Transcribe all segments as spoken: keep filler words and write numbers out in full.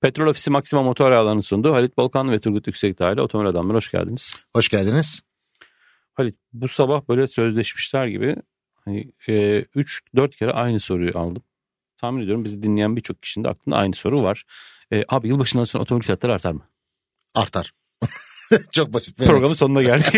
Petrol Ofisi Maxima Motor Yağları'nın sunduğu Halit Balkan ve Turgut Yüksekdağ ile Otomobil Adamlar, hoş geldiniz. Hoş geldiniz. Halit, bu sabah böyle sözleşmişler gibi hani, e, üç dört kere aynı soruyu aldım. Tahmin ediyorum bizi dinleyen birçok kişinin de aklında aynı soru var. E, abi yılbaşından sonra otomobil fiyatları artar mı? Artar. Çok basit. Programın evet. sonuna geldik.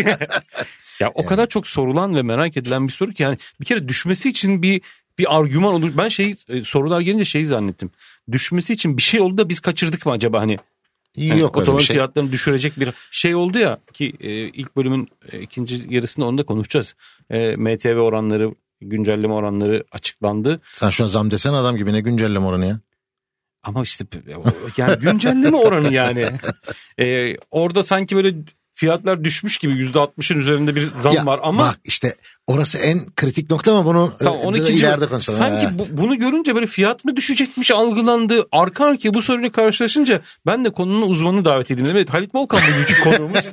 Ya o yani. kadar çok sorulan ve merak edilen bir soru ki yani bir kere düşmesi için bir bir argüman olur. Ben şey sorular gelince şeyi zannettim. Düşmesi için bir şey oldu da biz kaçırdık mı acaba hani? Yani Yok otomobil şey. fiyatlarını düşürecek bir şey oldu ya ki e, ilk bölümün e, ikinci yarısında onu da konuşacağız. E, M T V oranları, güncelleme oranları açıklandı. Sen şu an zam desen adam gibi, ne güncelleme oranı ya? Ama işte yani güncelleme oranı yani. E, orada sanki böyle fiyatlar düşmüş gibi yüzde altmışın üzerinde bir zam ya, var ama. Bak işte orası en kritik nokta ama bunu tamam, ileride konuşalım. Sanki bu, bunu görünce böyle fiyat mı düşecekmiş algılandı. Arka arkaya bu soruyla karşılaşınca ben de konunun uzmanını davet edeyim. Evet, Halit Balkan bugünkü konuğumuz.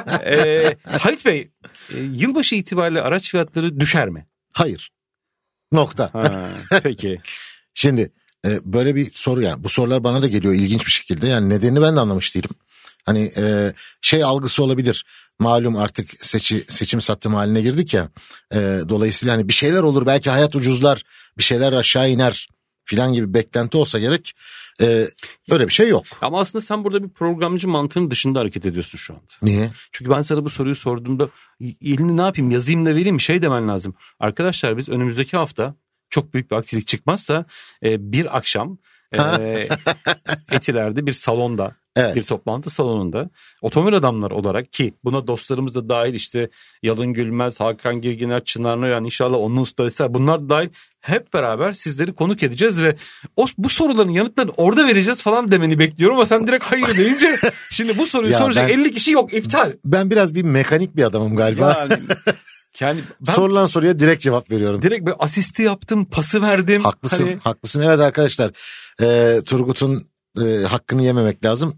ee, Halit Bey, e, yılbaşı itibariyle araç fiyatları düşer mi? Hayır. Nokta. Ha, peki. Şimdi e, böyle bir soru yani. Bu sorular bana da geliyor ilginç bir şekilde. Yani nedenini ben de anlamış değilim. Hani e, şey algısı olabilir. Malum artık seçi, seçim sattım haline girdik ya. E, dolayısıyla hani bir şeyler olur, belki hayat ucuzlar, bir şeyler aşağı iner filan gibi beklenti olsa gerek. E, öyle bir şey yok. Ama aslında sen burada bir programcı mantığının dışında hareket ediyorsun şu anda. Niye? Çünkü ben sana bu soruyu sorduğumda elini ne yapayım, yazayım da vereyim mi, şey demen lazım. Arkadaşlar biz önümüzdeki hafta çok büyük bir aksilik çıkmazsa e, bir akşam e, Etiler'de bir salonda, evet, bir toplantı salonunda otomobil adamlar olarak, ki buna dostlarımız da dahil, işte Yalın Gülmez, Hakan Girginer, Çınar Noyan, inşallah onun ustası, bunlar da dahil, hep beraber sizleri konuk edeceğiz ve o, bu soruların yanıtlarını orada vereceğiz falan demeni bekliyorum ama sen direkt hayır deyince şimdi bu soruyu soracak ben, elli kişi yok, iptal. Ben biraz bir mekanik bir adamım galiba. Yani, yani ben, sorulan soruya direkt cevap veriyorum. Direkt böyle asisti yaptım, pası verdim. Haklısın, hani... haklısın. Evet arkadaşlar, e, Turgut'un e, hakkını yememek lazım.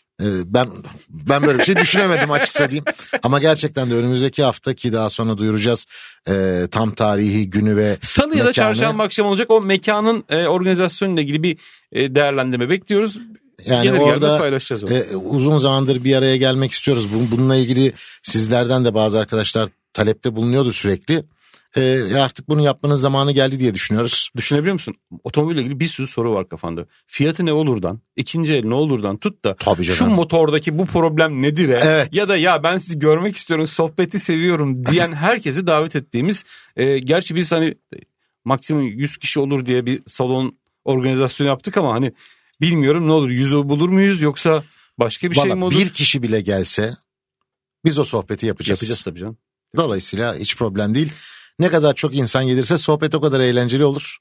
Ben ben böyle bir şey düşünemedim açık söyleyeyim. Ama gerçekten de önümüzdeki hafta, ki daha sonra duyuracağız e, tam tarihi günü ve Salı mekanı. Ya da çarşamba akşam olacak, o mekanın e, organizasyonuyla ilgili bir e, değerlendirme bekliyoruz. Yani gelir orada paylaşacağız onu. E, uzun zamandır bir araya gelmek istiyoruz. Bununla ilgili sizlerden de bazı arkadaşlar talepte bulunuyordu sürekli. E, artık bunu yapmanın zamanı geldi diye düşünüyoruz. Düşünebiliyor musun? Otomobille ilgili bir sürü soru var kafanda. Fiyatı ne olurdan, ikinci el ne olurdan tut da şu motordaki bu problem nedir? Evet. Ya da ya ben sizi görmek istiyorum, sohbeti seviyorum diyen herkesi davet ettiğimiz. E, gerçi biz hani maksimum yüz kişi olur diye bir salon organizasyonu yaptık ama hani bilmiyorum ne olur, yüzü bulur muyuz yoksa başka bir Vallahi şey mi olur? Bir kişi bile gelse biz o sohbeti yapacağız. Yapacağız tabii canım. Dolayısıyla hiç problem değil. Ne kadar çok insan gelirse sohbet o kadar eğlenceli olur.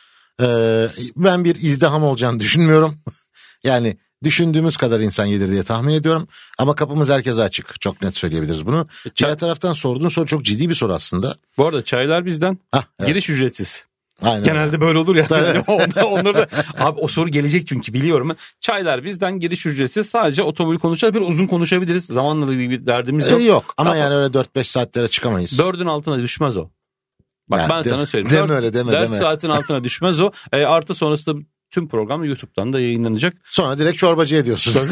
Ee, ben bir izdiham olacağını düşünmüyorum. Yani düşündüğümüz kadar insan gelir diye tahmin ediyorum. Ama kapımız herkese açık. Çok net söyleyebiliriz bunu. E, çay... Diğer taraftan sorduğun soru çok ciddi bir soru aslında. Bu arada çaylar bizden. Hah, evet. Giriş ücretsiz. Aynen. Genelde böyle olur ya. Onlar, onları da, abi o soru gelecek çünkü biliyorum. Çaylar bizden, giriş ücretsiz. Sadece otomobil konuşabilir, uzun konuşabiliriz. Zamanla ilgili bir derdimiz yok. Ee, yok ama Kafa... yani öyle dört beş saatlere çıkamayız. Dördün altına düşmez o. Bak ya, ben de, sana söyleyeyim. Deme öyle deme dört deme. saatin altına düşmez o. E, artı sonrasında tüm program YouTube'dan da yayınlanacak. Sonra direkt çorbacı ediyorsun.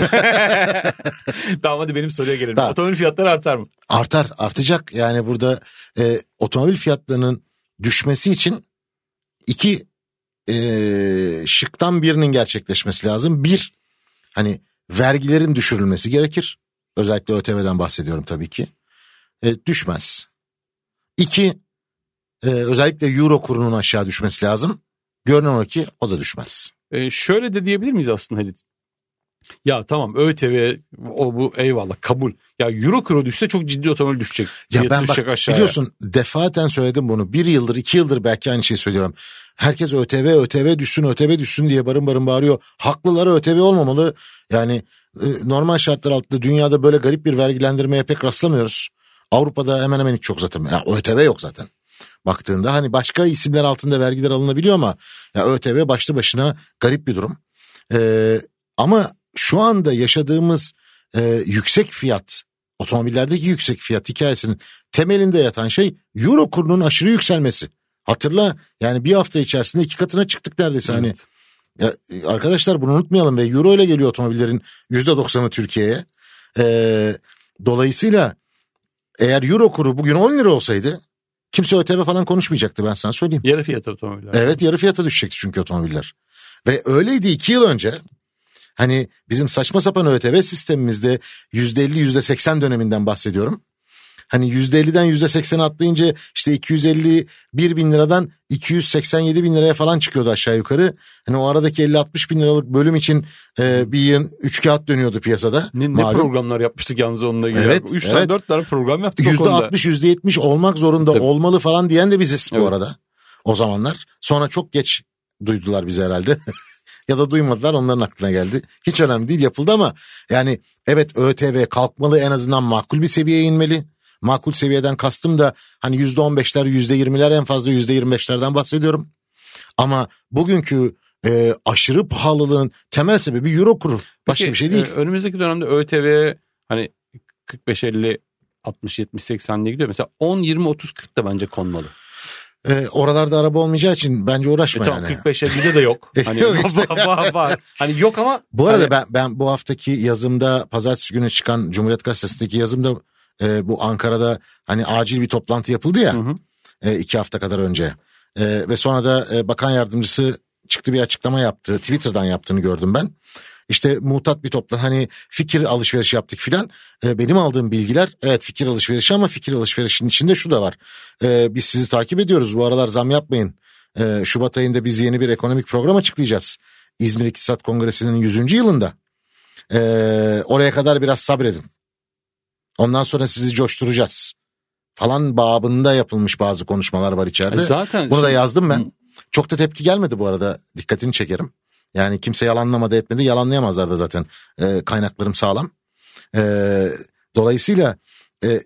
Tamam, hadi benim soruya gelelim. Tamam. Otomobil fiyatları artar mı? Artar, artacak. Yani burada e, otomobil fiyatlarının düşmesi için iki e, şıktan birinin gerçekleşmesi lazım. Bir, hani vergilerin düşürülmesi gerekir. Özellikle ÖTV'den bahsediyorum tabii ki. E, düşmez. İki, e, özellikle euro kurunun aşağı düşmesi lazım. Görünen o ki o da düşmez. E, şöyle de diyebilir miyiz aslında Halit? Ya tamam, ÖTV o bu eyvallah kabul. Ya euro kuru düşse çok ciddi otomobil düşecek. Ya ben bak aşağıya. Biliyorsun defaten söyledim bunu. Bir yıldır iki yıldır belki aynı şeyi söylüyorum. Herkes ÖTV ÖTV düşsün ÖTV düşsün diye barın barın bağırıyor. Haklıları ÖTV olmamalı. Yani e, normal şartlar altında dünyada böyle garip bir vergilendirmeye pek rastlamıyoruz. Avrupa'da hemen hemen hiç yok zaten. Ya ÖTV yok zaten. Baktığında hani başka isimler altında vergiler alınabiliyor ama ya ÖTV başlı başına garip bir durum. Ee, ama şu anda yaşadığımız e, yüksek fiyat, otomobillerdeki yüksek fiyat hikayesinin temelinde yatan şey euro kurunun aşırı yükselmesi. Hatırla yani bir hafta içerisinde iki katına çıktık neredeyse. Evet. Hani Ya, arkadaşlar bunu unutmayalım ve euro ile geliyor otomobillerin yüzde doksanı Türkiye'ye. Ee, dolayısıyla eğer euro kuru bugün on lira olsaydı kimse ÖTV falan konuşmayacaktı, ben sana söyleyeyim. Yarı fiyatı otomobiller. Evet, yarı fiyata düşecekti çünkü otomobiller. Ve öyleydi iki yıl önce. Hani bizim saçma sapan ÖTV sistemimizde yüzde elli yüzde seksen döneminden bahsediyorum. Hani yüzde elliden yüzde seksene atlayınca işte iki yüz elli bir bin liradan iki yüz seksen yedi bin liraya falan çıkıyordu aşağı yukarı. Hani o aradaki elli altmış bin liralık bölüm için e, bir yığın üç kağıt dönüyordu piyasada. Ne, ne programlar yapmıştık yalnız onunla ilgili. Evet, üç evet. tane dört tane program yaptık yüzde o konuda. yüzde altmış yüzde yetmiş olmak zorunda Tabii. olmalı falan diyen de biziz bu Evet. arada. O zamanlar. Sonra çok geç duydular bizi herhalde. Ya da duymadılar, onların aklına geldi. Hiç önemli değil, yapıldı ama yani evet ÖTV kalkmalı, en azından makul bir seviyeye inmeli. Makul seviyeden kastım da hani yüzde on beşler yüzde yirmiler en fazla yüzde yirmi beşlerden bahsediyorum. Ama bugünkü e, aşırı pahalılığın temel sebebi euro kuru. Başka Peki, bir şey değil. E, önümüzdeki dönemde ÖTV hani kırk beş elli altmış yetmiş seksen diye gidiyor. Mesela on yirmi otuz kırk da bence konmalı. E, oralarda araba olmayacağı için bence uğraşma E, tamam, yani. kırk beş ellide de yok. Hani Yok işte. var, var, var. Hani yok ama. Bu arada hani, ben ben bu haftaki yazımda, pazartesi günü çıkan Cumhuriyet Gazetesi'ndeki yazımda e, bu Ankara'da hani acil bir toplantı yapıldı ya. Hı hı. E, iki hafta kadar önce. E, ve sonra da e, bakan yardımcısı çıktı, bir açıklama yaptı. Twitter'dan yaptığını gördüm ben. İşte mutat bir toplantı, hani fikir alışverişi yaptık filan. E, benim aldığım bilgiler evet fikir alışverişi, ama fikir alışverişinin içinde şu da var. E, biz sizi takip ediyoruz, bu aralar zam yapmayın. E, Şubat ayında biz yeni bir ekonomik program açıklayacağız. İzmir İktisat Kongresi'nin yüzüncü yılında. E, oraya kadar biraz sabredin. Ondan sonra sizi coşturacağız falan babında yapılmış bazı konuşmalar var içeride. Zaten bunu da yazdım ben. Çok da tepki gelmedi bu arada, dikkatini çekerim. Yani kimse yalanlamadı etmedi, yalanlayamazlar da zaten, e, kaynaklarım sağlam. E, dolayısıyla e,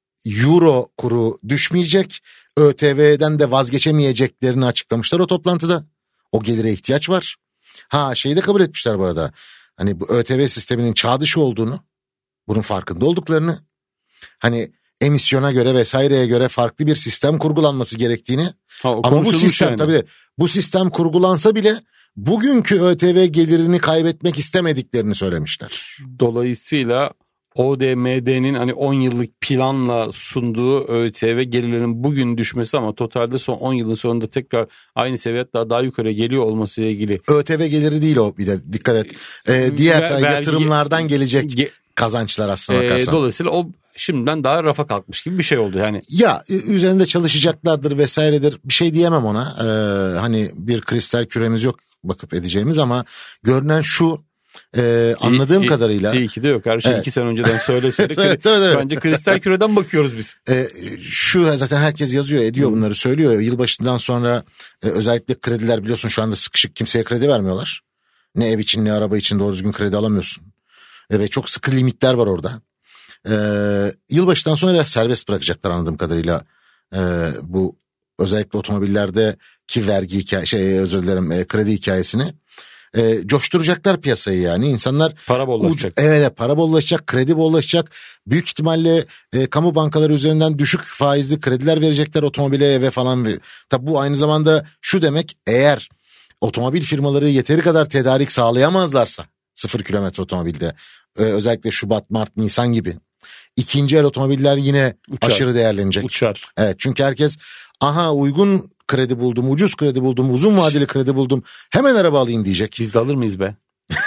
euro kuru düşmeyecek, ÖTV'den de vazgeçemeyeceklerini açıklamışlar o toplantıda. O gelire ihtiyaç var. Ha şeyi de kabul etmişler bu arada. Hani bu ÖTV sisteminin çağ dışı olduğunu, bunun farkında olduklarını, hani emisyona göre vesaireye göre farklı bir sistem kurgulanması gerektiğini, ha, ama bu sistem yani. tabii bu sistem kurgulansa bile bugünkü ÖTV gelirini kaybetmek istemediklerini söylemişler. Dolayısıyla O D M D'nin hani on yıllık planla sunduğu ÖTV gelirlerinin bugün düşmesi ama totalde son on yılın sonunda tekrar aynı seviyede daha, daha yukarı geliyor olması ile ilgili. ÖTV geliri değil o, bir de dikkat et. Ee, diğer Ver, yatırımlardan vergi, gelecek ge, kazançlar aslına e, bakarsan. Dolayısıyla o şimdiden daha rafa kalkmış gibi bir şey oldu yani. Ya üzerinde çalışacaklardır vesairedir, bir şey diyemem ona. Ee, hani bir kristal küremiz yok bakıp edeceğimiz, ama görünen şu. Ee, anladığım iyi, kadarıyla. İyi ki de yok. Her şeyi evet. iki sene önceden söyle söyle. evet, evet, evet. Bence kristal küreden bakıyoruz biz. Ee, şu zaten herkes yazıyor ediyor, hmm. bunları söylüyor. Yılbaşından sonra e, özellikle krediler biliyorsun şu anda sıkışık, kimseye kredi vermiyorlar. Ne ev için ne araba için doğru düzgün kredi alamıyorsun. E, ve çok sıkı limitler var orada. E, yılbaşından sonra biraz serbest bırakacaklar anladığım kadarıyla. E, bu özellikle otomobillerdeki vergi hikaye, şey özür dilerim e, kredi hikayesini. E, coşturacaklar piyasayı yani. İnsanlar para bollaşacak. Ucu, evet para bollaşacak, kredi bollaşacak. Büyük ihtimalle e, kamu bankaları üzerinden düşük faizli krediler verecekler otomobile, eve falan. Tabi bu aynı zamanda şu demek, eğer otomobil firmaları yeteri kadar tedarik sağlayamazlarsa sıfır kilometre otomobilde e, özellikle Şubat, Mart, Nisan gibi ikinci el otomobiller yine uçar, aşırı değerlenecek. Uçar. Evet, çünkü herkes aha uygun kredi buldum, ucuz kredi buldum, uzun vadeli kredi buldum, hemen araba alayım diyecek. Biz de alır mıyız be?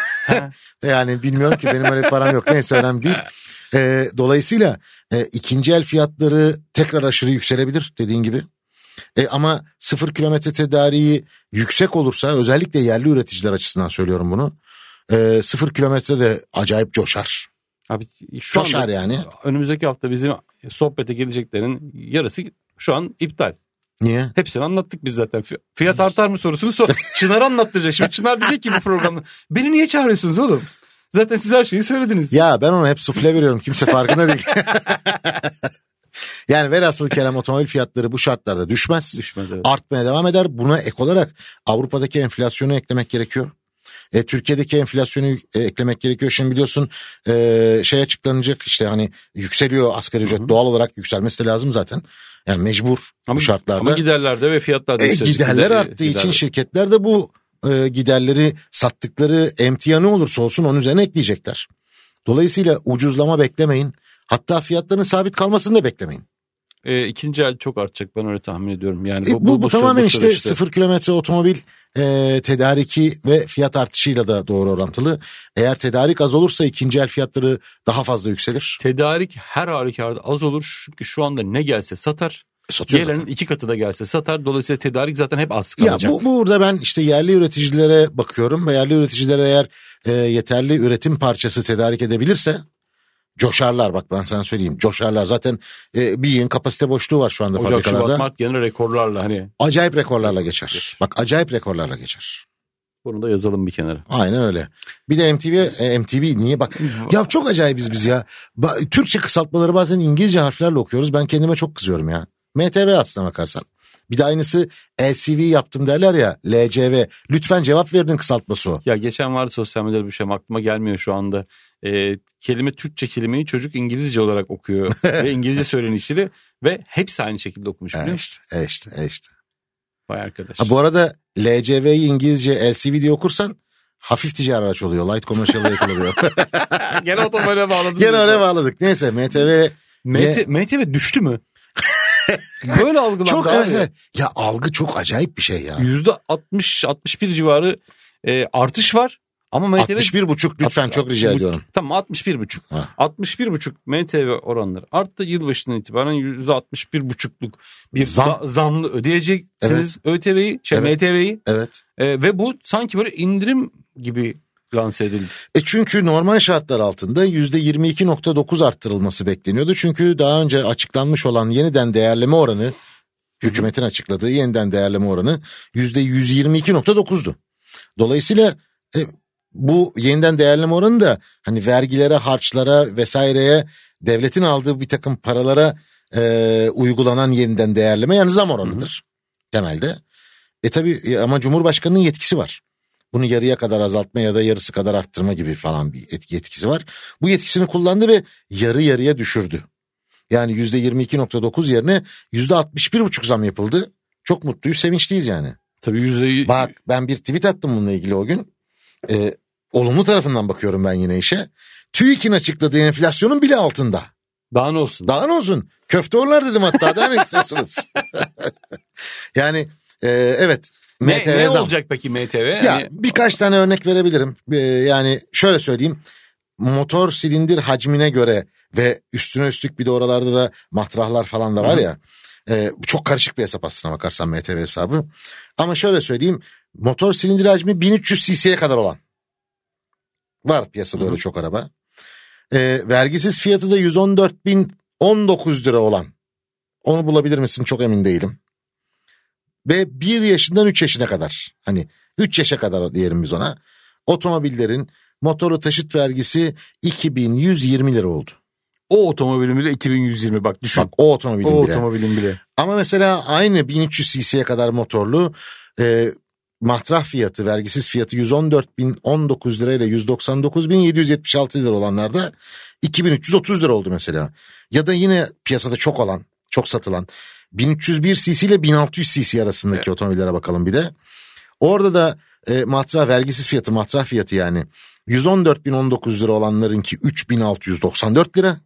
Yani bilmiyorum ki, benim öyle param yok, neyse önemli değil. E, dolayısıyla e, ikinci el fiyatları tekrar aşırı yükselebilir dediğin gibi. E, ama sıfır kilometre tedariği yüksek olursa, özellikle yerli üreticiler açısından söylüyorum bunu, e, sıfır kilometre de acayip coşar. Abi şu coşar anda, yani. Önümüzdeki hafta bizim sohbete geleceklerin yarısı şu an iptal. Niye? Hepsini anlattık biz zaten. Fiyat artar mı sorusunu sor. Çınar anlattıracak. Şimdi Çınar diyecek ki bu programda, beni niye çağırıyorsunuz oğlum? Zaten siz her şeyi söylediniz. Ya ben ona hep sufle veriyorum. Kimse farkında değil. Yani velhasıl kelam otomobil fiyatları bu şartlarda düşmez. Düşmez, evet. Artmaya devam eder. Buna ek olarak Avrupa'daki enflasyonu eklemek gerekiyor. E, Türkiye'deki enflasyonu e, eklemek gerekiyor. Şimdi biliyorsun e, şey açıklanacak, işte hani yükseliyor asgari ücret, Hı-hı. doğal olarak yükselmesi de lazım zaten. Yani mecbur ama, bu şartlarda. Ama giderlerde ve fiyatlarda e, giderler arttığı giderler. için şirketler de bu e, giderleri, sattıkları emtia ne olursa olsun onun üzerine ekleyecekler. Dolayısıyla ucuzlama beklemeyin. Hatta fiyatların sabit kalmasını da beklemeyin. E, ikinci el çok artacak, ben öyle tahmin ediyorum. Yani e, bu, bu, bu, bu tamamen bu işte sıfır kilometre otomobil e, tedariki ve fiyat artışıyla da doğru orantılı. Eğer tedarik az olursa ikinci el fiyatları daha fazla yükselir. Tedarik her halükarda az olur çünkü şu anda ne gelse satar. Satıyor Gelenin zaten. iki katı da gelse satar. Dolayısıyla tedarik zaten hep az kalacak. Ya bu, burada ben işte yerli üreticilere bakıyorum ve yerli üreticilere eğer e, yeterli üretim parçası tedarik edebilirse coşarlar, bak ben sana söyleyeyim, coşarlar. Zaten e, bir yığın kapasite boşluğu var şu anda Ocak, fabrikalarda. Şubat, Mart gene rekorlarla hani. Acayip rekorlarla geçer. Bak acayip rekorlarla geçer. Bunu da yazalım bir kenara. Aynen öyle. Bir de M T V, e, M T V niye bak. Ya çok acayibiz biz ya. Ba- Türkçe kısaltmaları bazen İngilizce harflerle okuyoruz. Ben kendime çok kızıyorum ya. M T V aslına bakarsan. Bir de aynısı L C V yaptım derler ya, L C V. Lütfen cevap verin kısaltması o. Ya geçen vardı sosyal medyada bir şey, aklıma gelmiyor şu anda. Ee, kelime Türkçe kelimeyi çocuk İngilizce olarak okuyor ve İngilizce söylenişiyle ve hepsi aynı şekilde okumuş, biliyor musun? E işte, e işte, e işte. Vay arkadaş. Ha, bu arada L C V'yi İngilizce L C V diye okursan hafif ticari araç oluyor. Light commercial vehicle oluyor. Gene otomobile bağladık. Gene oraya bağladık. Neyse M T V. M T V düştü mü? Böyle algılandı çok, abi. evet. Ya algı çok acayip bir şey ya. yüzde altmış altmış bir civarı e, artış var. Ama M T V altmış bir buçuk lütfen alt, çok rica bu, ediyorum. Tamam altmış bir buçuk. Ha. altmış bir buçuk M T V oranları arttı. Yılbaşından itibaren yüzde altmış bir buçukluk bir Zam. da, zamlı ödeyeceksiniz, evet. ÖTV'yi, şey Evet. M T V'yi. Evet. E, ve bu sanki böyle indirim gibi lanse edildi. E çünkü normal şartlar altında yüzde yirmi iki nokta dokuz arttırılması bekleniyordu. Çünkü daha önce açıklanmış olan yeniden değerleme oranı, hükümetin açıkladığı yeniden değerleme oranı yüzde yüz yirmi iki nokta dokuzdu. Dolayısıyla e, bu yeniden değerleme oranı da hani vergilere, harçlara vesaireye, devletin aldığı bir takım paralara e, uygulanan yeniden değerleme, yani zam oranıdır, hı hı, temelde. E tabii ama Cumhurbaşkanı'nın yetkisi var. Bunu yarıya kadar azaltma ya da yarısı kadar arttırma gibi falan bir etki, yetkisi var. Bu yetkisini kullandı ve yarı yarıya düşürdü. Yani yüzde yirmi iki nokta dokuz yerine yüzde altmış bir buçuk zam yapıldı. Çok mutluyuz, sevinçliyiz yani. Tabii yüzde... Bak ben bir tweet attım bununla ilgili o gün. Ee, olumlu tarafından bakıyorum ben yine işe. TÜİK'in açıkladığı enflasyonun bile altında. Daha ne olsun? Daha ne olsun? Köfteoğullar dedim hatta, daha ne istersiniz? Yani e, evet. Ne, M T V ne zam. olacak peki M T V? Ya hani... birkaç tane örnek verebilirim. Ee, yani şöyle söyleyeyim. Motor silindir hacmine göre ve üstüne üstlük bir de oralarda da matrahlar falan da var ya. E, çok karışık bir hesap aslına bakarsan M T V hesabı. Ama şöyle söyleyeyim. Motor silindir hacmi bin üç yüz cc'ye kadar olan. Var piyasada öyle çok araba. E, vergisiz fiyatı da yüz on dört bin on dokuz lira olan. Onu bulabilir misin çok emin değilim. Ve bir yaşından üç yaşına kadar, hani üç yaşa kadar diyelim biz ona, otomobillerin motoru taşıt vergisi iki bin yüz yirmi lira oldu. O otomobilin bile iki bin yüz yirmi, bak düşün. Bak o otomobilin o bile. otomobilin bile. Ama mesela aynı bin üç yüz cc'ye kadar motorlu e, matrah fiyatı, vergisiz fiyatı yüz on dört bin on dokuz lirayla yüz doksan dokuz bin yedi yüz yetmiş altı lira olanlarda iki bin üç yüz otuz lira oldu mesela. Ya da yine piyasada çok olan, çok satılan bin üç yüz bir cc ile bin altı yüz cc arasındaki evet. otomobillere bakalım bir de. Orada da e, matrah vergisiz fiyatı, matrah fiyatı yani yüz on dört bin on dokuz lira olanlarınki üç bin altı yüz doksan dört lira.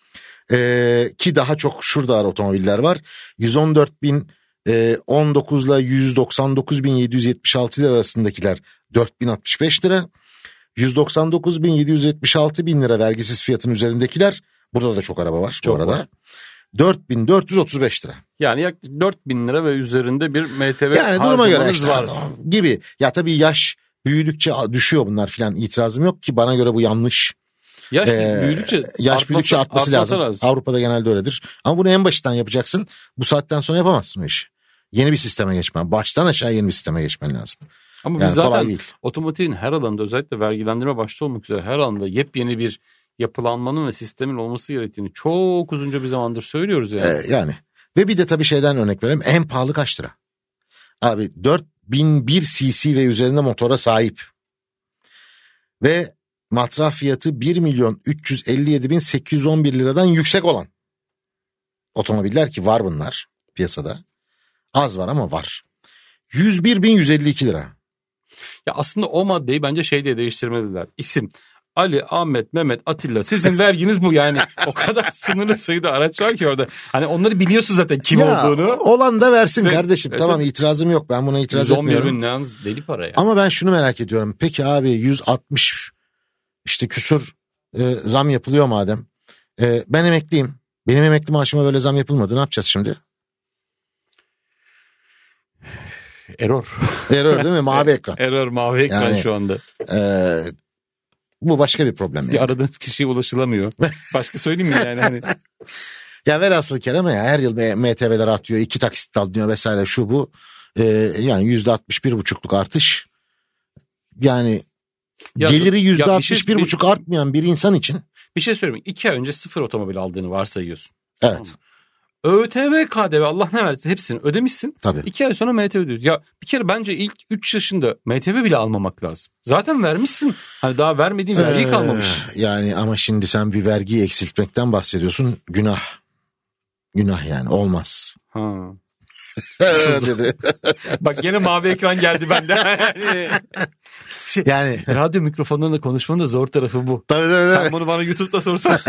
E, ki daha çok şurada otomobiller var. yüz on dört bin on dokuz ile yüz doksan dokuz bin yedi yüz yetmiş altı lira arasındakiler dört bin altmış beş lira. yüz doksan dokuz bin yedi yüz yetmiş altı bin lira vergisiz fiyatın üzerindekiler, burada da çok araba var çok bu arada. Var. dört bin dört yüz otuz beş lira. Yani yaklaşık dört bin lira ve üzerinde bir M T V yani duruma göre işte var gibi. Ya tabii yaş büyüdükçe düşüyor bunlar filan, itirazım yok ki, bana göre bu yanlış. Yaş ee, büyüdükçe yaş artması, büyüdükçe artması lazım. lazım. Avrupa'da genelde öyledir. Ama bunu en baştan yapacaksın. Bu saatten sonra yapamazsın o işi. Yeni bir sisteme geçmen. Baştan aşağı yeni bir sisteme geçmen lazım. Ama yani biz zaten otomatiğin her alanında, özellikle vergilendirme başta olmak üzere her alanda yepyeni bir yapılanmanın ve sistemin olması gerektiğini çok uzunca bir zamandır söylüyoruz yani. Ee, yani ve bir de tabii şeyden örnek vereyim. En pahalı kaç lira? Abi dört bin bir cc ve üzerinde motora sahip. Ve matrah fiyatı bir milyon üç yüz elli yedi bin sekiz yüz on bir liradan yüksek olan otomobiller, ki var bunlar piyasada. Az var ama var. yüz bir bin yüz elli iki lira. Ya aslında o maddeyi bence şey diye değiştirmeliler. İsim Ali, Ahmet, Mehmet, Atilla, sizin verginiz bu yani. O kadar sınırlı sayıda araç var ki orada. Hani onları biliyorsun zaten kim ya, olduğunu. Olan da versin Ve, kardeşim. evet, tamam itirazım yok. Ben buna itiraz yüz on bir etmiyorum. bin yalnız deli para ya. Ama ben şunu merak ediyorum. Peki abi yüz altmış işte küsur e, zam yapılıyor madem. E, ben emekliyim. Benim emekli maaşıma böyle zam yapılmadı. Ne yapacağız şimdi? Error. Error değil mi? Mavi ekran. Error mavi ekran yani, şu anda. E, bu başka bir problem yani. Bir aradığınız kişiye ulaşılamıyor. Başka söyleyeyim mi yani? Hani... ya velhasıl kelam ya her yıl M T V'ler artıyor. iki taksit alınıyor vesaire şu bu. E, yani yüzde altmış bir buçukluk artış. Yani ya, geliri yüzde altmış bir buçuk şey, artmayan bir insan için. Bir şey söyleyeyim. İki ay önce sıfır otomobil aldığını varsayıyorsun. Evet. Tamam. ÖTV, K D V Allah ne versin hepsini ödemişsin. Tabii. İki ay sonra M T V ödüyoruz. Ya bir kere bence ilk üç yaşında M T V bile almamak lazım. Zaten vermişsin. Hani daha vermediğin vergi ee, kalmamış. Yani ama şimdi sen bir vergiyi eksiltmekten bahsediyorsun. Günah. Günah yani olmaz. Ha. dedi. Bak gene mavi ekran geldi bende. Şey, yani radyo mikrofonlarında konuşmanın da zor tarafı bu. Tabii tabii. Sen bunu bana YouTube'da sorsan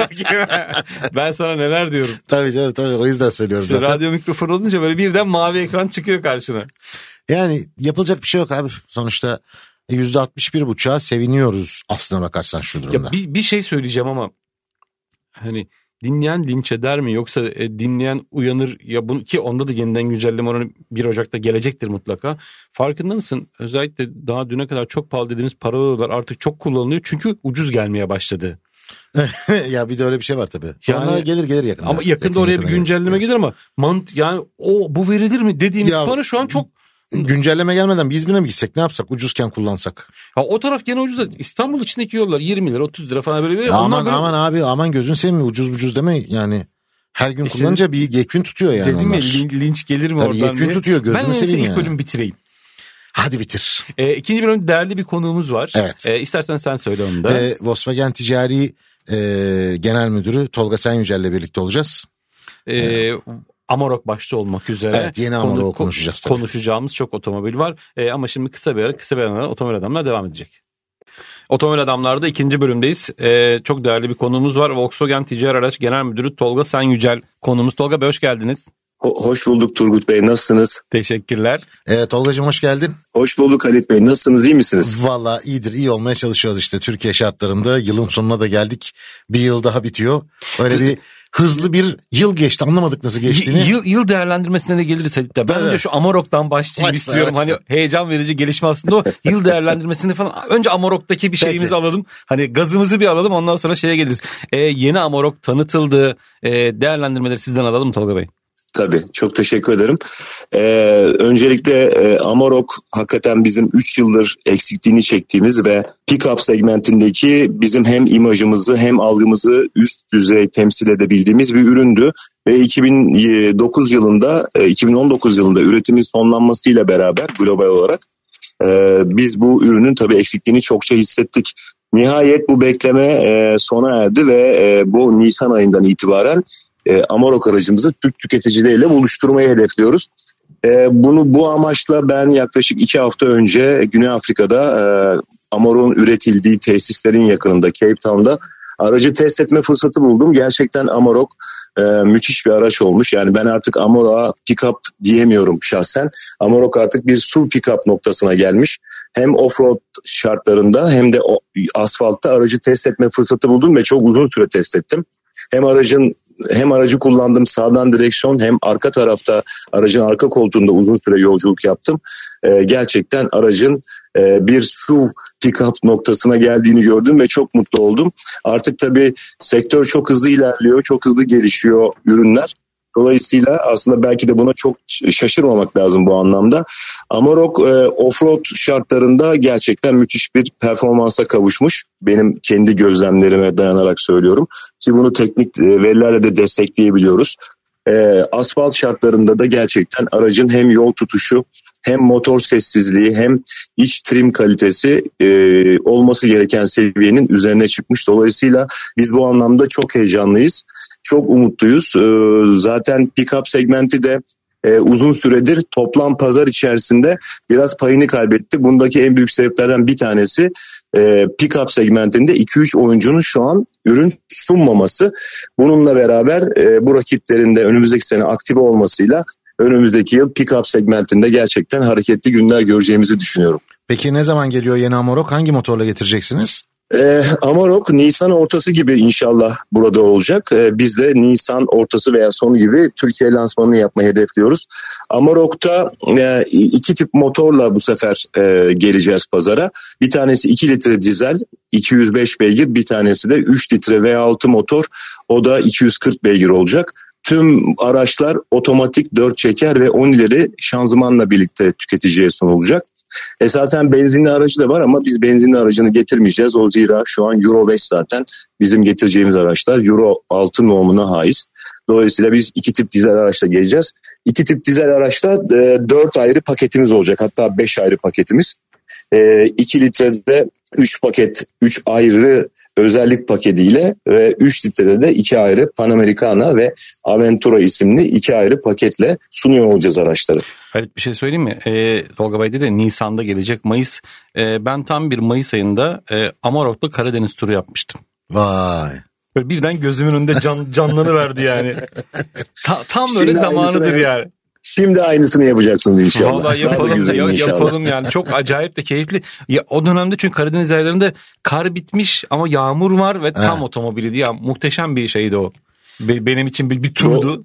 ben sana neler diyorum. Tabii canım tabii o yüzden söylüyorum işte zaten. Radyo mikrofonu olunca böyle birden mavi ekran çıkıyor karşına. Yani yapılacak bir şey yok abi. Sonuçta yüzde altmış bir buçuğa seviniyoruz aslına bakarsan şu durumda. Ya bir, bir şey söyleyeceğim ama hani dinleyen linç eder mi yoksa e, dinleyen uyanır ya bunu ki onda da yeniden güncelleme oranı bir Ocak'ta gelecektir mutlaka. Farkında mısın? Özellikle daha düne kadar çok pahalı dediğimiz paralar artık çok kullanılıyor çünkü ucuz gelmeye başladı. Ya bir de öyle bir şey var tabii. Yani, onlar gelir gelir yakında. Ama yakında yakın, oraya yakın, bir güncelleme gelir, gelir ama mant yani o bu verilir mi dediğimiz ya, para şu an çok güncelleme gelmeden biz bine mi gitsek ne yapsak ucuzken kullansak? Ha, o taraf gene ucuz. İstanbul içindeki yollar yirmi lira otuz lira falan böyle. Aman böyle... aman abi aman gözün seveyim ucuz ucuz deme yani. Her gün işte, kullanınca bir yekün tutuyor yani dedim onlar. Dedim ya linç gelir mi tabii oradan yekün diye. tutuyor gözünü ben seveyim yani. Ben ilk bölümü bitireyim. Hadi bitir. E, ikinci bölümde değerli bir konuğumuz var. Evet. E, istersen sen söyle onu da. E, Volkswagen Ticari e, Genel Müdürü Tolga Senyücel ile birlikte olacağız. E, e, Amarok başta olmak üzere. Evet yeni Amarok'u konuşacağız tabii. Konuşacağımız çok otomobil var. E, ama şimdi kısa bir ara kısa bir ara otomobil adamlar devam edecek. Otomobil Adamlar'da ikinci bölümdeyiz. Ee, çok değerli bir konuğumuz var. Volkswagen Ticari Araç Genel Müdürü Tolga Senyücel konuğumuz. Tolga Bey hoş geldiniz. Ho- hoş bulduk Turgut Bey, nasılsınız? Teşekkürler. Evet Tolga'cığım hoş geldin. Hoş bulduk Halit Bey, nasılsınız, iyi misiniz? Valla iyidir, iyi olmaya çalışıyoruz işte Türkiye şartlarında. Yılın sonuna da geldik. Bir yıl daha bitiyor. Öyle bir hızlı bir yıl geçti, anlamadık nasıl geçtiğini. Y- yıl, yıl değerlendirmesine de geliriz Halit de. Ben evet. önce şu Amarok'tan başlayayım Başla, istiyorum. Başla. Hani heyecan verici gelişme aslında o. Yıl değerlendirmesini falan. Önce Amarok'taki bir şeyimizi Peki. alalım. Hani gazımızı bir alalım, ondan sonra şeye geliriz. Ee, yeni Amarok tanıtıldı. Ee, değerlendirmeleri sizden alalım Tolga Bey. Tabii, çok teşekkür ederim. Ee, öncelikle e, Amarok hakikaten bizim üç yıldır eksikliğini çektiğimiz ve pick-up segmentindeki bizim hem imajımızı hem algımızı üst düzey temsil edebildiğimiz bir üründü. Ve iki bin dokuz yılında, iki bin on dokuz yılında üretimin sonlanmasıyla beraber global olarak e, biz bu ürünün tabii eksikliğini çokça hissettik. Nihayet bu bekleme e, sona erdi ve e, bu Nisan ayından itibaren E, Amarok aracımızı Türk tüketicileriyle buluşturmayı hedefliyoruz. E, bunu bu amaçla ben yaklaşık iki hafta önce Güney Afrika'da e, Amarok'un üretildiği tesislerin yakınında Cape Town'da aracı test etme fırsatı buldum. Gerçekten Amarok e, müthiş bir araç olmuş. Yani ben artık Amarok'a pick-up diyemiyorum şahsen. Amarok artık bir S U V pick-up noktasına gelmiş. Hem off-road şartlarında hem de o, asfaltta aracı test etme fırsatı buldum ve çok uzun süre test ettim. Hem aracın hem aracı kullandım sağdan direksiyon hem arka tarafta aracın arka koltuğunda uzun süre yolculuk yaptım. Ee, gerçekten aracın e, bir S U V pick-up noktasına geldiğini gördüm ve çok mutlu oldum. Artık tabii sektör çok hızlı ilerliyor, çok hızlı gelişiyor ürünler. Dolayısıyla aslında belki de buna çok şaşırmamak lazım bu anlamda. Amarok e, off-road şartlarında gerçekten müthiş bir performansa kavuşmuş. Benim kendi gözlemlerime dayanarak söylüyorum. Ki bunu teknik verilerle de destekleyebiliyoruz. E, asfalt şartlarında da gerçekten aracın hem yol tutuşu hem motor sessizliği hem iç trim kalitesi e, olması gereken seviyenin üzerine çıkmış. Dolayısıyla biz bu anlamda çok heyecanlıyız. Çok umutluyuz. Ee, zaten pick-up segmenti de e, uzun süredir toplam pazar içerisinde biraz payını kaybetti. Bundaki en büyük sebeplerden bir tanesi e, pick-up segmentinde iki üç oyuncunun şu an ürün sunmaması. Bununla beraber e, bu rakiplerin de önümüzdeki sene aktive olmasıyla önümüzdeki yıl pick-up segmentinde gerçekten hareketli günler göreceğimizi düşünüyorum. Peki ne zaman geliyor yeni Amarok? Hangi motorla getireceksiniz? Ee, Amarok Nisan ortası gibi inşallah burada olacak. Ee, biz de Nisan ortası veya sonu gibi Türkiye lansmanını yapmayı hedefliyoruz. Amarok'ta e, iki tip motorla bu sefer e, geleceğiz pazara. Bir tanesi iki litre dizel iki yüz beş beygir, bir tanesi de üç litre V altı motor, o da iki yüz kırk beygir olacak. Tüm araçlar otomatik dört çeker ve on ileri şanzımanla birlikte tüketiciye sunulacak. Esasen benzinli aracı da var ama biz benzinli aracını getirmeyeceğiz. O zira şu an Euro beş zaten bizim getireceğimiz araçlar Euro altı normuna haiz. Dolayısıyla biz iki tip dizel araçla geleceğiz. İki tip dizel araçta e, dört ayrı paketimiz olacak, hatta beş ayrı paketimiz. E, iki litrede üç paket, üç ayrı özellik paketiyle ve üç litrede de iki ayrı Panamericana ve Aventura isimli iki ayrı paketle sunuyor olacağız araçları. Halit, bir şey söyleyeyim mi? E, Tolga Bey dedi Nisan'da gelecek, Mayıs. E, ben tam bir Mayıs ayında e, Amarok'ta Karadeniz turu yapmıştım. Vay. Böyle birden gözümün önünde can, canlanıverdi yani. Ta, tam böyle Şimdi zamanıdır yani. Şimdi aynısını yapacaksınız inşallah. Vallahi yapalım, ya, yapalım yani. Çok acayip de keyifli. Ya, o dönemde çünkü Karadeniz aylarında kar bitmiş ama yağmur var ve tam otomobiliydi. Ya, muhteşem bir şeydi o. Be, benim için bir, bir turdu.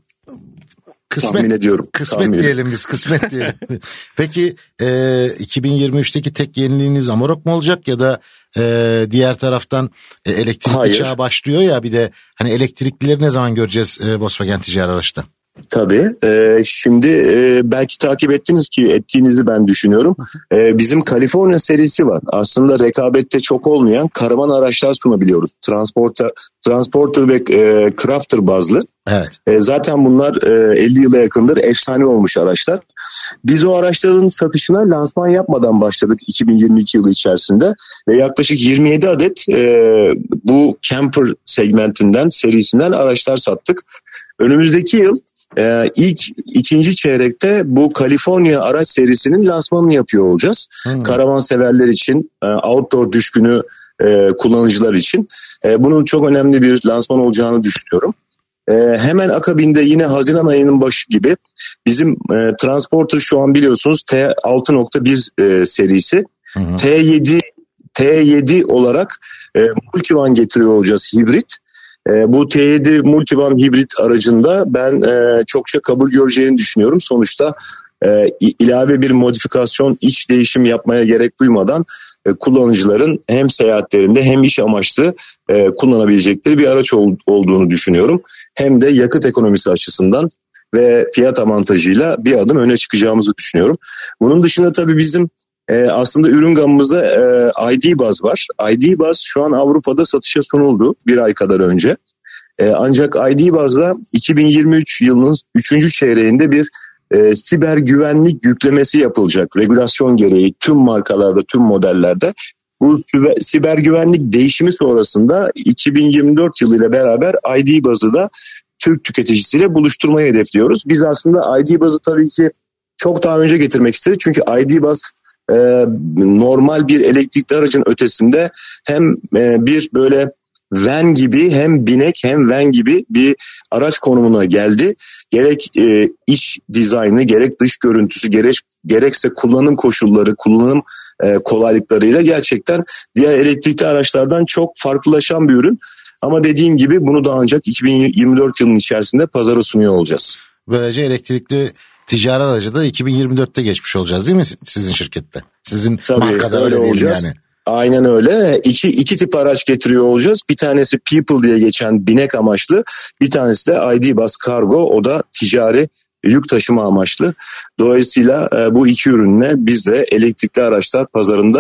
Kısmet, tahmin ediyorum. Kısmet tahmin diyelim biz, kısmet diyelim. Peki e, iki bin yirmi üçteki tek yeniliğiniz Amarok mu olacak ya da e, diğer taraftan e, elektrikli Hayır. çağ başlıyor ya, bir de hani elektriklileri ne zaman göreceğiz e, Volkswagen ticari araçta? Tabii. E, şimdi e, belki takip ettiniz ki ettiğinizi ben düşünüyorum. E, bizim California serisi var. Aslında rekabette çok olmayan karavan araçlar sunabiliyoruz. Transporter, Transporter ve e, Crafter bazlı. Evet. E, zaten bunlar e, elli yıla yakındır efsane olmuş araçlar. Biz o araçların satışına lansman yapmadan başladık iki bin yirmi iki yılı içerisinde ve yaklaşık yirmi yedi adet e, bu camper segmentinden, serisinden araçlar sattık. Önümüzdeki yıl Ee, ilk ikinci çeyrekte bu California araç serisinin lansmanını yapıyor olacağız. Hmm. Karavan severler için, e, outdoor düşkünü e, kullanıcılar için. E, bunun çok önemli bir lansman olacağını düşünüyorum. E, hemen akabinde yine Haziran ayının başı gibi bizim e, Transporter şu an biliyorsunuz T altı nokta bir e, serisi. Hmm. T yedi T yedi olarak e, multivan getiriyor olacağız, hibrit. E, bu T yedi Multivan hibrit aracında ben e, çokça kabul göreceğini düşünüyorum. Sonuçta e, ilave bir modifikasyon, iç değişim yapmaya gerek duymadan e, kullanıcıların hem seyahatlerinde hem iş amaçlı e, kullanabilecekleri bir araç ol, olduğunu düşünüyorum. Hem de yakıt ekonomisi açısından ve fiyat avantajıyla bir adım öne çıkacağımızı düşünüyorum. Bunun dışında tabii bizim Ee, aslında ürün gamımızda e, I D Buzz var. I D Buzz şu an Avrupa'da satışa sunuldu bir ay kadar önce. E, ancak I D Buzz'da iki bin yirmi üç yılının üçüncü çeyreğinde bir e, siber güvenlik yüklemesi yapılacak. Regülasyon gereği tüm markalarda, tüm modellerde. Bu siber güvenlik değişimi sonrasında iki bin yirmi dört yılıyla beraber I D Buzz'ı da Türk tüketicisiyle buluşturmayı hedefliyoruz. Biz aslında I D Buzz'ı tabii ki çok daha önce getirmek istedik. Çünkü I D Buzz Ee, normal bir elektrikli aracın ötesinde hem e, bir böyle van gibi, hem binek hem van gibi bir araç konumuna geldi. Gerek e, iç dizaynı, gerek dış görüntüsü, gerek gerekse kullanım koşulları, kullanım e, kolaylıklarıyla gerçekten diğer elektrikli araçlardan çok farklılaşan bir ürün. Ama dediğim gibi bunu da ancak iki bin yirmi dört yılının içerisinde pazara sunuyor olacağız. Böylece elektrikli ticari aracı da iki bin yirmi dörtte geçmiş olacağız değil mi sizin şirkette? Sizin Tabii, markada öyle, öyle olacağız. Yani. Aynen öyle. İki, iki tip araç getiriyor olacağız. Bir tanesi People diye geçen binek amaçlı. Bir tanesi de I D Buzz Cargo. O da ticari yük taşıma amaçlı. Dolayısıyla e, bu iki ürünle biz de elektrikli araçlar pazarında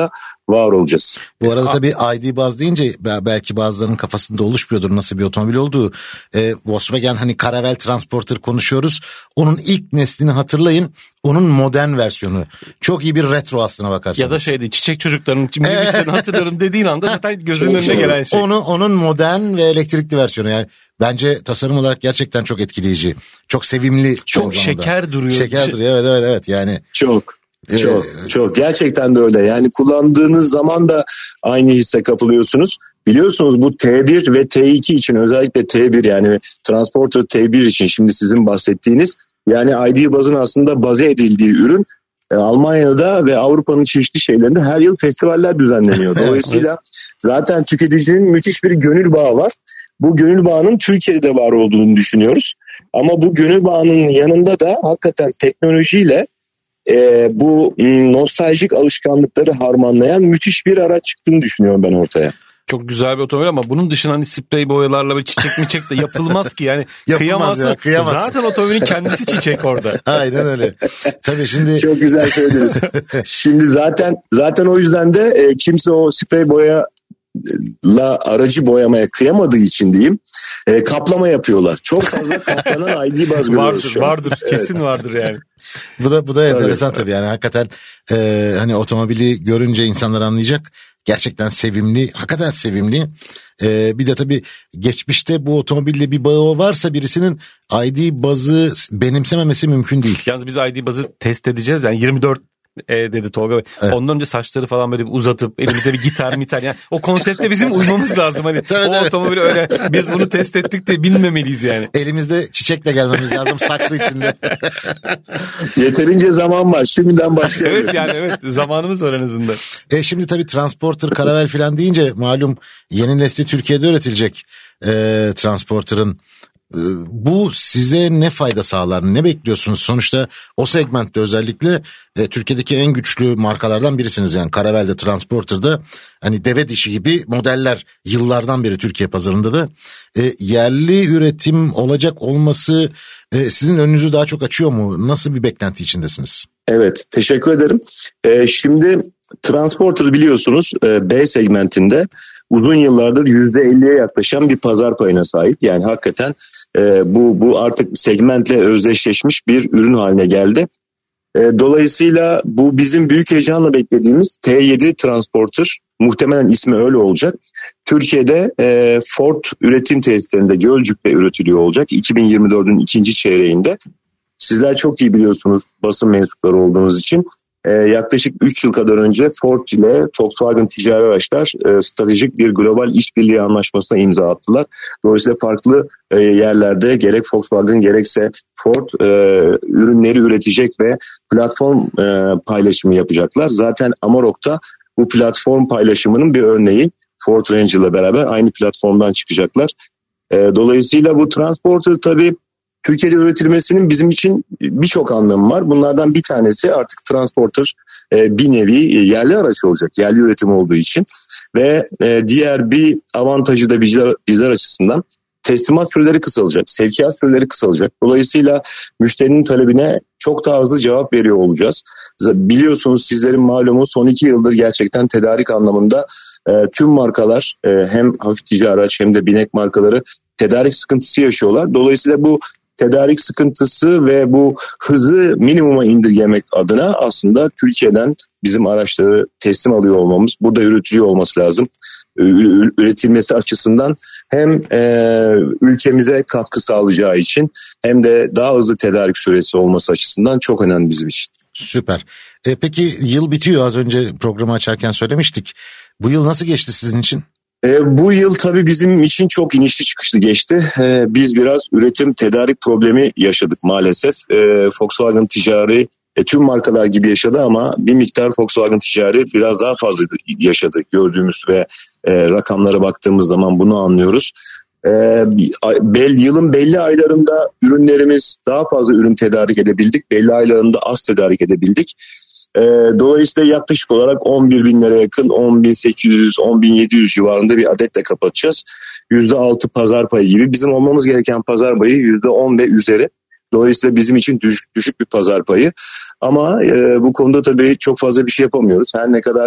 var olacağız. Bu arada tabii I D Buzz deyince belki bazılarının kafasında oluşmuyordur nasıl bir otomobil olduğu. Ee, Volkswagen hani Caravelle Transporter konuşuyoruz. Onun ilk neslini hatırlayın. Onun modern versiyonu. Çok iyi bir retro aslına bakarsanız. Ya da şeydi çiçek çocuklarının minibüslerini hatırlıyorum dediğin anda zaten gözünün önüne gelen şey. Onu, onun modern ve elektrikli versiyonu yani. Bence tasarım olarak gerçekten çok etkileyici. Çok sevimli. Çok şeker duruyor. Şeker duruyor evet evet evet yani. Çok. Çok ee, çok gerçekten de öyle yani kullandığınız zaman da aynı hisse kapılıyorsunuz. Biliyorsunuz bu T bir ve T iki için özellikle T bir yani Transporter T bir için şimdi sizin bahsettiğiniz yani I D Buzz'ın aslında baze edildiği ürün e, Almanya'da ve Avrupa'nın çeşitli şeylerinde her yıl festivaller düzenleniyor. Dolayısıyla zaten tüketicinin müthiş bir gönül bağı var. Bu gönül bağının Türkiye'de var olduğunu düşünüyoruz. Ama bu gönül bağının yanında da hakikaten teknolojiyle Ee, bu nostaljik alışkanlıkları harmanlayan müthiş bir araç çıktığını düşünüyorum ben ortaya. Çok güzel bir otomobil ama bunun dışında hani sprey boyalarla bir çiçek mi çek de yapılmaz ki yani kıyamaz, ya, kıyamaz. Zaten otomobilin kendisi çiçek orada. Aynen öyle. Tabii şimdi çok güzel söylediniz. Şimdi zaten zaten o yüzden de e, kimse o sprey boya la aracı boyamaya kıyamadığı için diyeyim e, kaplama yapıyorlar. Çok fazla kaplanan I D Buzz vardır vardır evet. Kesin vardır yani. Bu da bu da tabii. Enteresan tabii yani hakikaten e, hani otomobili görünce insanlar anlayacak. Gerçekten sevimli, hakikaten sevimli. Ee, bir de tabii geçmişte bu otomobille bir bağı varsa birisinin I D Buzz'ı benimsememesi mümkün değil. Yalnız biz I D Buzz'ı test edeceğiz yani yirmi dört E, dedi Tolga Bey. Evet. Ondan önce saçları falan böyle uzatıp elimize bir gitar mitar yani o konsepte bizim uymamız lazım hani tabii, o tabii. Otomobili öyle biz bunu test ettik de bilmemeliyiz yani. Elimizde çiçekle gelmemiz lazım saksı içinde. Yeterince zaman var şimdiden başlayalım. Evet yani evet zamanımız var en azından. E şimdi tabii Transporter, Caravelle falan deyince malum yeni nesli Türkiye'de üretilecek e, Transporter'ın. Bu size ne fayda sağlar? Ne bekliyorsunuz? Sonuçta o segmentte özellikle e, Türkiye'deki en güçlü markalardan birisiniz yani Caravelle'de, Transporter'da hani deve dişi gibi modeller yıllardan beri Türkiye pazarında da e, yerli üretim olacak olması e, sizin önünüzü daha çok açıyor mu? Nasıl bir beklenti içindesiniz? Evet, teşekkür ederim. E, şimdi Transporter biliyorsunuz e, B segmentinde uzun yıllardır yüzde elliye yaklaşan bir pazar payına sahip. Yani hakikaten e, bu bu artık segmentle özdeşleşmiş bir ürün haline geldi. E, dolayısıyla bu bizim büyük heyecanla beklediğimiz T yedi Transporter, muhtemelen ismi öyle olacak. Türkiye'de e, Ford üretim tesislerinde Gölcük'te üretiliyor olacak iki bin yirmi dördün ikinci çeyreğinde. Sizler çok iyi biliyorsunuz basın mensupları olduğunuz için. Ee, yaklaşık üç yıl kadar önce Ford ile Volkswagen Ticari Araçlar e, stratejik bir global işbirliği anlaşmasına imza attılar. Dolayısıyla farklı e, yerlerde gerek Volkswagen gerekse Ford e, ürünleri üretecek ve platform e, paylaşımı yapacaklar. Zaten Amarok'ta bu platform paylaşımının bir örneği. Ford Ranger ile beraber aynı platformdan çıkacaklar. E, dolayısıyla bu Transporter tabii Türkiye'de üretilmesinin bizim için birçok anlamı var. Bunlardan bir tanesi artık Transporter e, bir nevi yerli araç olacak. Yerli üretim olduğu için. Ve e, diğer bir avantajı da bizler, bizler açısından teslimat süreleri kısalacak. Sevkiyat süreleri kısalacak. Dolayısıyla müşterinin talebine çok daha hızlı cevap veriyor olacağız. Biliyorsunuz sizlerin malumu son iki yıldır gerçekten tedarik anlamında e, tüm markalar e, hem hafif ticari araç hem de binek markaları tedarik sıkıntısı yaşıyorlar. Dolayısıyla bu tedarik sıkıntısı ve bu hızı minimuma indirgemek adına aslında Türkiye'den bizim araçları teslim alıyor olmamız, burada üretiliyor olması lazım. Üretilmesi açısından hem e, ülkemize katkı sağlayacağı için hem de daha hızlı tedarik süresi olması açısından çok önemli bizim için. Süper. E, peki yıl bitiyor, az önce programı açarken söylemiştik. Bu yıl nasıl geçti sizin için? E, bu yıl tabii bizim için çok inişli çıkışlı geçti. E, biz biraz üretim tedarik problemi yaşadık maalesef. E, Volkswagen Ticari e, tüm markalar gibi yaşadı ama bir miktar Volkswagen Ticari biraz daha fazla yaşadı. Gördüğümüz ve e, rakamlara baktığımız zaman bunu anlıyoruz. E, belli, yılın belli aylarında ürünlerimiz daha fazla ürün tedarik edebildik. Belli aylarında az tedarik edebildik. E, dolayısıyla yaklaşık olarak on bir binlere yakın on bin sekiz yüz on bin yedi yüz civarında bir adetle kapatacağız. yüzde altı pazar payı gibi. Bizim olmamız gereken pazar payı yüzde on ve üzeri. Dolayısıyla bizim için düşük, düşük bir pazar payı. Ama e, bu konuda tabii çok fazla bir şey yapamıyoruz. Her ne kadar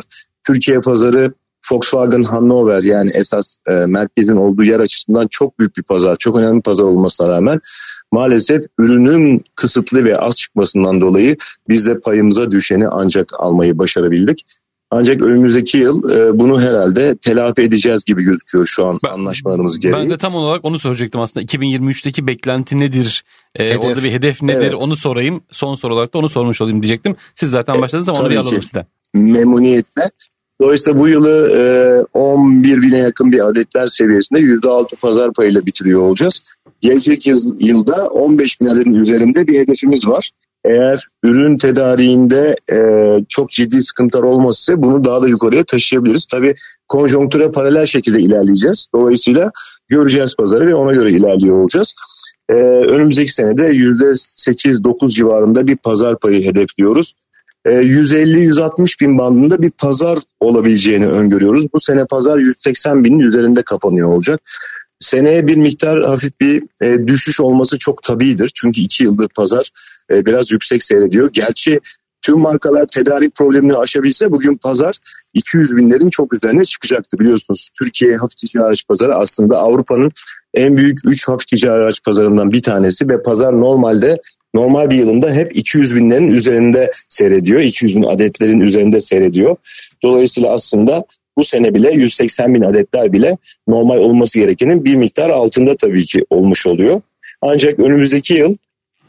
Türkiye pazarı Volkswagen Hannover, yani esas e, merkezin olduğu yer açısından çok büyük bir pazar, çok önemli bir pazar olmasına rağmen maalesef ürünün kısıtlı ve az çıkmasından dolayı biz de payımıza düşeni ancak almayı başarabildik. Ancak önümüzdeki yıl e, bunu herhalde telafi edeceğiz gibi gözüküyor şu an ben, anlaşmalarımız gereği. Ben de tam olarak onu soracaktım aslında. iki bin yirmi üçteki beklenti nedir? E, orada bir hedef nedir? Evet. Onu sorayım. Son soru olarak da onu sormuş olayım diyecektim. Siz zaten başladınız ama e, onu bir alalım sizden. Memnuniyetle. Dolayısıyla bu yılı e, on bir bine yakın bir adetler seviyesinde yüzde altı pazar payıyla bitiriyor olacağız. Gelecek yıl, yılda on beş bin adetin üzerinde bir hedefimiz var. Eğer ürün tedariğinde e, çok ciddi sıkıntılar olmazsa bunu daha da yukarıya taşıyabiliriz. Tabii konjonktüre paralel şekilde ilerleyeceğiz. Dolayısıyla göreceğiz pazarı ve ona göre ilerliyor olacağız. E, önümüzdeki senede yüzde sekiz dokuz civarında bir pazar payı hedefliyoruz. E, yüz elli yüz altmış bin bandında bir pazar olabileceğini öngörüyoruz. Bu sene pazar yüz seksen binin üzerinde kapanıyor olacak. Seneye bir miktar hafif bir e, düşüş olması çok tabidir. Çünkü iki yıldır pazar e, biraz yüksek seyrediyor. Gerçi tüm markalar tedarik problemini aşabilse bugün pazar iki yüz binlerin çok üzerine çıkacaktı biliyorsunuz. Türkiye hafif ticari araç pazarı aslında Avrupa'nın en büyük üç hafif ticari araç pazarından bir tanesi ve pazar normalde normal bir yılında hep iki yüz binlerin üzerinde seyrediyor. iki yüz bin adetlerin üzerinde seyrediyor. Dolayısıyla aslında bu sene bile yüz seksen bin adetler bile normal olması gerekenin bir miktar altında tabii ki olmuş oluyor. Ancak önümüzdeki yıl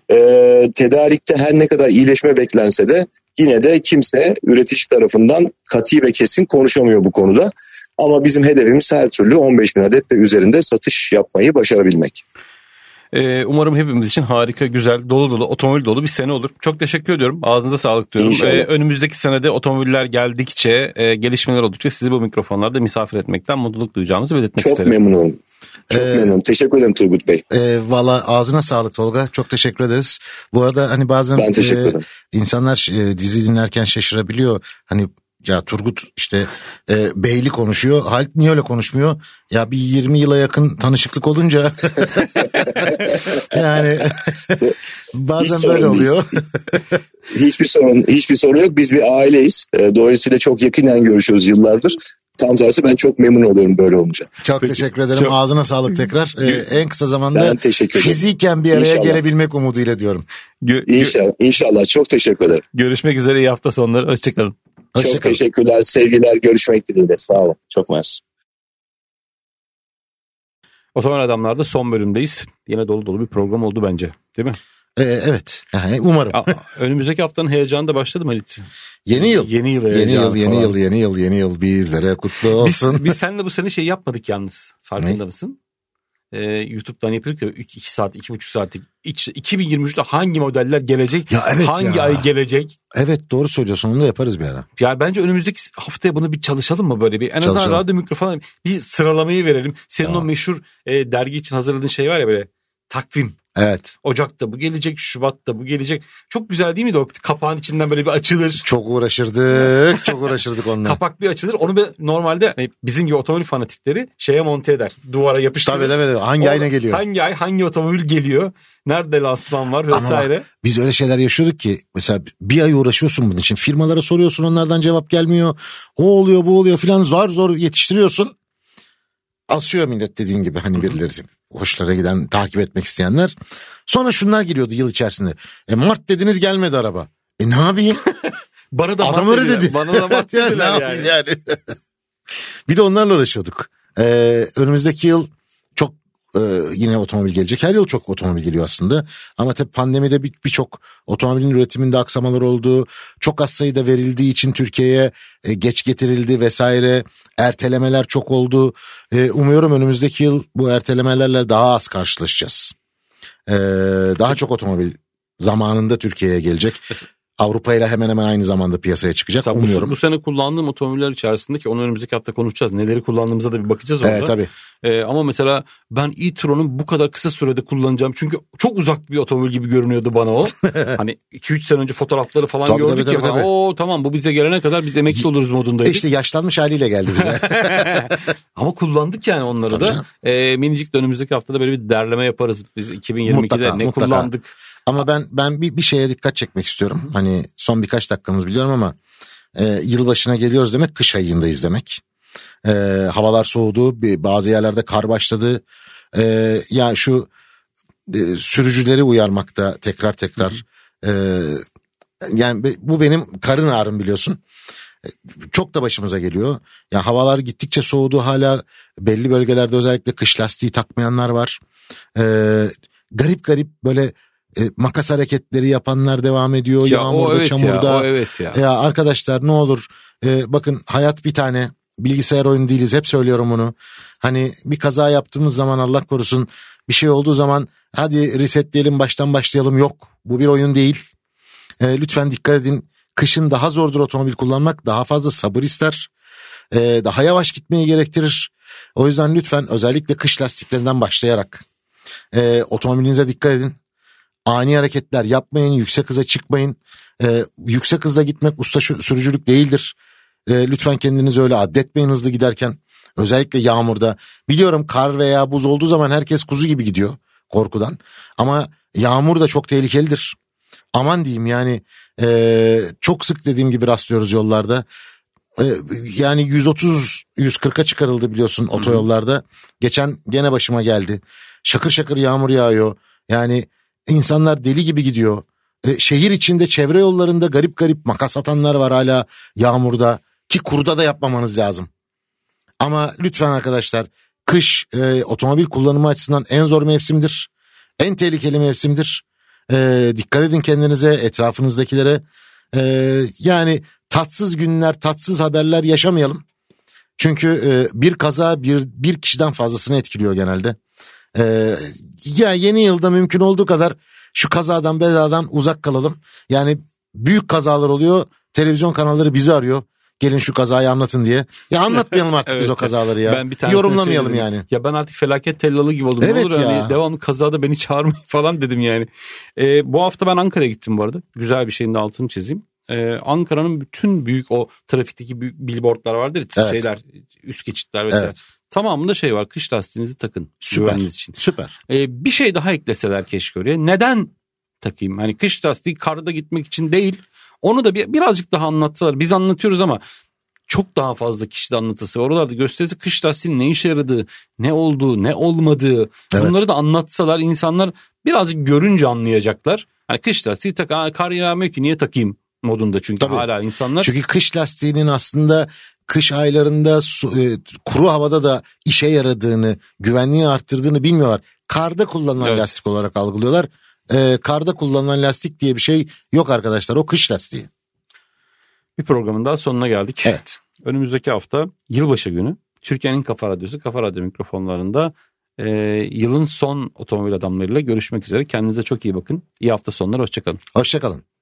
e, tedarikte her ne kadar iyileşme beklense de yine de kimse üretici tarafından kat'i ve kesin konuşamıyor bu konuda. Ama bizim hedefimiz her türlü on beş bin adet ve üzerinde satış yapmayı başarabilmek. Umarım hepimiz için harika, güzel, dolu dolu, otomobil dolu bir sene olur. Çok teşekkür ediyorum. Ağzınıza sağlık diyorum. Ee, önümüzdeki senede otomobiller geldikçe, e, gelişmeler oldukça sizi bu mikrofonlarda misafir etmekten mutluluk duyacağımızı belirtmek Çok isterim. Çok memnunum. Çok ee, memnunum. Teşekkür ederim Turgut Bey. E, Valla ağzına sağlık Tolga. Çok teşekkür ederiz. Bu arada hani bazen ben teşekkür ederim. E, insanlar e, bizi dinlerken şaşırabiliyor. Hani ya Turgut işte e, beyli konuşuyor. Halit niye öyle konuşmuyor? Ya bir yirmi yıla yakın tanışıklık olunca yani bazen böyle oluyor. hiçbir sorun hiçbir sorun yok. Biz bir aileyiz. Dolayısıyla çok yakinen görüşüyoruz yıllardır. Tam tersi ben çok memnun oluyorum böyle olunca. Çok Peki, teşekkür ederim. Çok... Ağzına sağlık tekrar. Ee, en kısa zamanda fiziken bir araya İnşallah. gelebilmek umuduyla diyorum. Gö- İnşallah. İnşallah. Çok teşekkür ederim. Görüşmek üzere. İyi hafta sonları. Hoşçakalın. Hoşça çok kalın. Teşekkürler. Sevgiler. Görüşmek dileğiyle. Sağ olun. Çok mersi. Otomobil Adamlar'da son bölümdeyiz. Yine dolu dolu bir program oldu bence. Değil mi? Ee, evet. Yani umarım. Aa, önümüzdeki haftanın heyecanı da başladı mı Halit? Yeni yıl. Yeni yıl Yeni yıl, yeni yıl, yeni yıl, yeni yıl bizlere kutlu olsun. Biz, biz seninle bu sene şey yapmadık yalnız. Farkında ne? mısın? Ee, YouTube'dan yapıyorduk ya iki saat, iki buçuk saatlik. iki bin yirmi üçte hangi modeller gelecek? Ya evet hangi ya. ay gelecek? Evet doğru söylüyorsun. Onu da yaparız bir ara. Yani bence önümüzdeki haftaya bunu bir çalışalım mı böyle bir? En azından radyo mikrofona bir sıralamayı verelim. Senin ya. o meşhur e, dergi için hazırladığın şey var ya böyle takvim. Evet. Ocak'ta bu gelecek, Şubat'ta bu gelecek. Çok güzel değil miydi o? Kapağın içinden böyle bir açılır. Çok uğraşırdık. çok uğraşırdık onunla. Kapak bir açılır. Onu bir normalde bizim gibi otomobil fanatikleri şeye monte eder. Duvara yapıştırır. Tabii tabii. Hangi ay ne geliyor? Hangi ay hangi otomobil geliyor? Nerede lansman var vesaire. Ama biz öyle şeyler yaşıyorduk ki mesela bir ay uğraşıyorsun bunun için. Firmalara soruyorsun, onlardan cevap gelmiyor. O oluyor bu oluyor filan, zor zor yetiştiriyorsun. Asıyor millet dediğin gibi hani birileri hoşlara giden, takip etmek isteyenler. Sonra şunlar geliyordu yıl içerisinde. E Mart dediniz gelmedi araba. E ne yapayım? Bana da Adam Mart öyle dedi. Bana da Mart dediler yani. yani. Bir de onlarla uğraşıyorduk. Ee, önümüzdeki yıl çok e, yine otomobil gelecek. Her yıl çok otomobil geliyor aslında. Ama tabii pandemide birçok bir otomobilin üretiminde aksamalar oldu. Çok az sayıda verildiği için Türkiye'ye e, geç getirildi vesaire. Ertelemeler çok oldu. E, umuyorum önümüzdeki yıl bu ertelemelerle daha az karşılaşacağız. E, daha çok otomobil zamanında Türkiye'ye gelecek. Avrupa ile hemen hemen aynı zamanda piyasaya çıkacak. Mesela umuyorum. Bu, bu sene kullandığım otomobiller içerisinde ki onu önümüzdeki hafta konuşacağız. Neleri kullandığımıza da bir bakacağız orada. Evet tabii. Ee, ama mesela ben e-tron'u bu kadar kısa sürede kullanacağım. Çünkü çok uzak bir otomobil gibi görünüyordu bana o. Hani iki üç sene önce fotoğrafları falan tabii, gördük tabii, ya. tabii, tabii. Oo tamam bu bize gelene kadar biz emekli oluruz modundaydık. İşte yaşlanmış haliyle geldi bize. Ama kullandık yani onları tabii da. Ee, minicik de önümüzdeki haftada böyle bir derleme yaparız. Biz iki bin yirmi ikide mutlaka, ne mutlaka. kullandık. Ama ben ben bir, bir şeye dikkat çekmek istiyorum. Hani son birkaç dakikamız biliyorum ama E, yılbaşına geliyoruz demek kış ayındayız demek. E, havalar soğudu, bazı yerlerde kar başladı. E, yani şu e, sürücüleri uyarmakta tekrar tekrar. E, yani bu benim karın ağrım biliyorsun. Çok da başımıza geliyor. Yani havalar gittikçe soğudu, hala belli bölgelerde özellikle kış lastiği takmayanlar var. Ee, garip garip böyle e, makas hareketleri yapanlar devam ediyor. Ya Yağmurda, evet çamurda. Ya, o evet ya. Ya arkadaşlar ne olur e, bakın hayat bir tane, bilgisayar oyunu değiliz, hep söylüyorum bunu. Hani bir kaza yaptığımız zaman Allah korusun, bir şey olduğu zaman hadi resetleyelim, baştan başlayalım, yok. Bu bir oyun değil. E, lütfen dikkat edin. Kışın daha zordur otomobil kullanmak, daha fazla sabır ister, ee, daha yavaş gitmeyi gerektirir. O yüzden lütfen özellikle kış lastiklerinden başlayarak e, otomobilinize dikkat edin. Ani hareketler yapmayın, yüksek hıza çıkmayın. E, yüksek hızla gitmek usta sürücülük değildir. E, lütfen kendinizi öyle addetmeyin hızlı giderken. Özellikle yağmurda. Biliyorum kar veya buz olduğu zaman herkes kuzu gibi gidiyor korkudan. Ama yağmur da çok tehlikelidir. Aman diyeyim yani e, çok sık dediğim gibi rastlıyoruz yollarda. E, yani yüz otuz yüz kırka çıkarıldı biliyorsun otoyollarda. Geçen gene başıma geldi. Şakır şakır yağmur yağıyor. Yani insanlar deli gibi gidiyor. E, şehir içinde çevre yollarında garip garip makas atanlar var hala yağmurda. Ki kurda da yapmamanız lazım. Ama lütfen arkadaşlar, kış e, otomobil kullanımı açısından en zor mevsimdir. En tehlikeli mevsimdir. E, dikkat edin kendinize, etrafınızdakilere. E, yani tatsız günler, tatsız haberler yaşamayalım. Çünkü e, bir kaza bir bir kişiden fazlasını etkiliyor genelde. E, ya yeni yılda mümkün olduğu kadar şu kazadan beladan uzak kalalım. Yani büyük kazalar oluyor, televizyon kanalları bizi arıyor. Gelin şu kazayı anlatın diye. Ya anlatmayalım artık evet, biz o kazaları ya. Ben bir yorumlamayalım yani. Ya ben artık felaket tellalı gibi oldum. Evet ne olur ya. Yani devamlı kazada beni çağırmayın falan dedim yani. Ee, bu hafta ben Ankara'ya gittim bu arada. Güzel bir şeyin de altını çizeyim. Ee, Ankara'nın bütün büyük o trafikteki büyük billboardlar vardır ya, evet. Şeyler, üst geçitler vesaire. Evet. Tamamında şey var, kış lastiğinizi takın. Süper. Için. Süper. Ee, bir şey daha ekleseler keşke oraya. Neden takayım? Hani kış lastiği karda gitmek için değil. Onu da bir, birazcık daha anlatsalar. Biz anlatıyoruz ama çok daha fazla kişi de anlatısı var. Oralarda gösterisi kış lastiğinin ne işe yaradığı, ne olduğu, ne olmadığı. Evet. Bunları da anlatsalar insanlar birazcık görünce anlayacaklar. Hani kış lastiği tak, kar yağmıyor ki niye takayım modunda çünkü tabii. Hala insanlar. Çünkü kış lastiğinin aslında kış aylarında su, e, kuru havada da işe yaradığını, güvenliği arttırdığını bilmiyorlar. Karda kullanılan evet. lastik olarak algılıyorlar. E, karda kullanılan lastik diye bir şey yok arkadaşlar. O kış lastiği. Bir programın daha sonuna geldik. Evet. Önümüzdeki hafta yılbaşı günü Türkiye'nin Kafa Radyosu, Kafa Radyo mikrofonlarında e, yılın son otomobil adamlarıyla görüşmek üzere. Kendinize çok iyi bakın. İyi hafta sonları. Hoşçakalın. Hoşçakalın.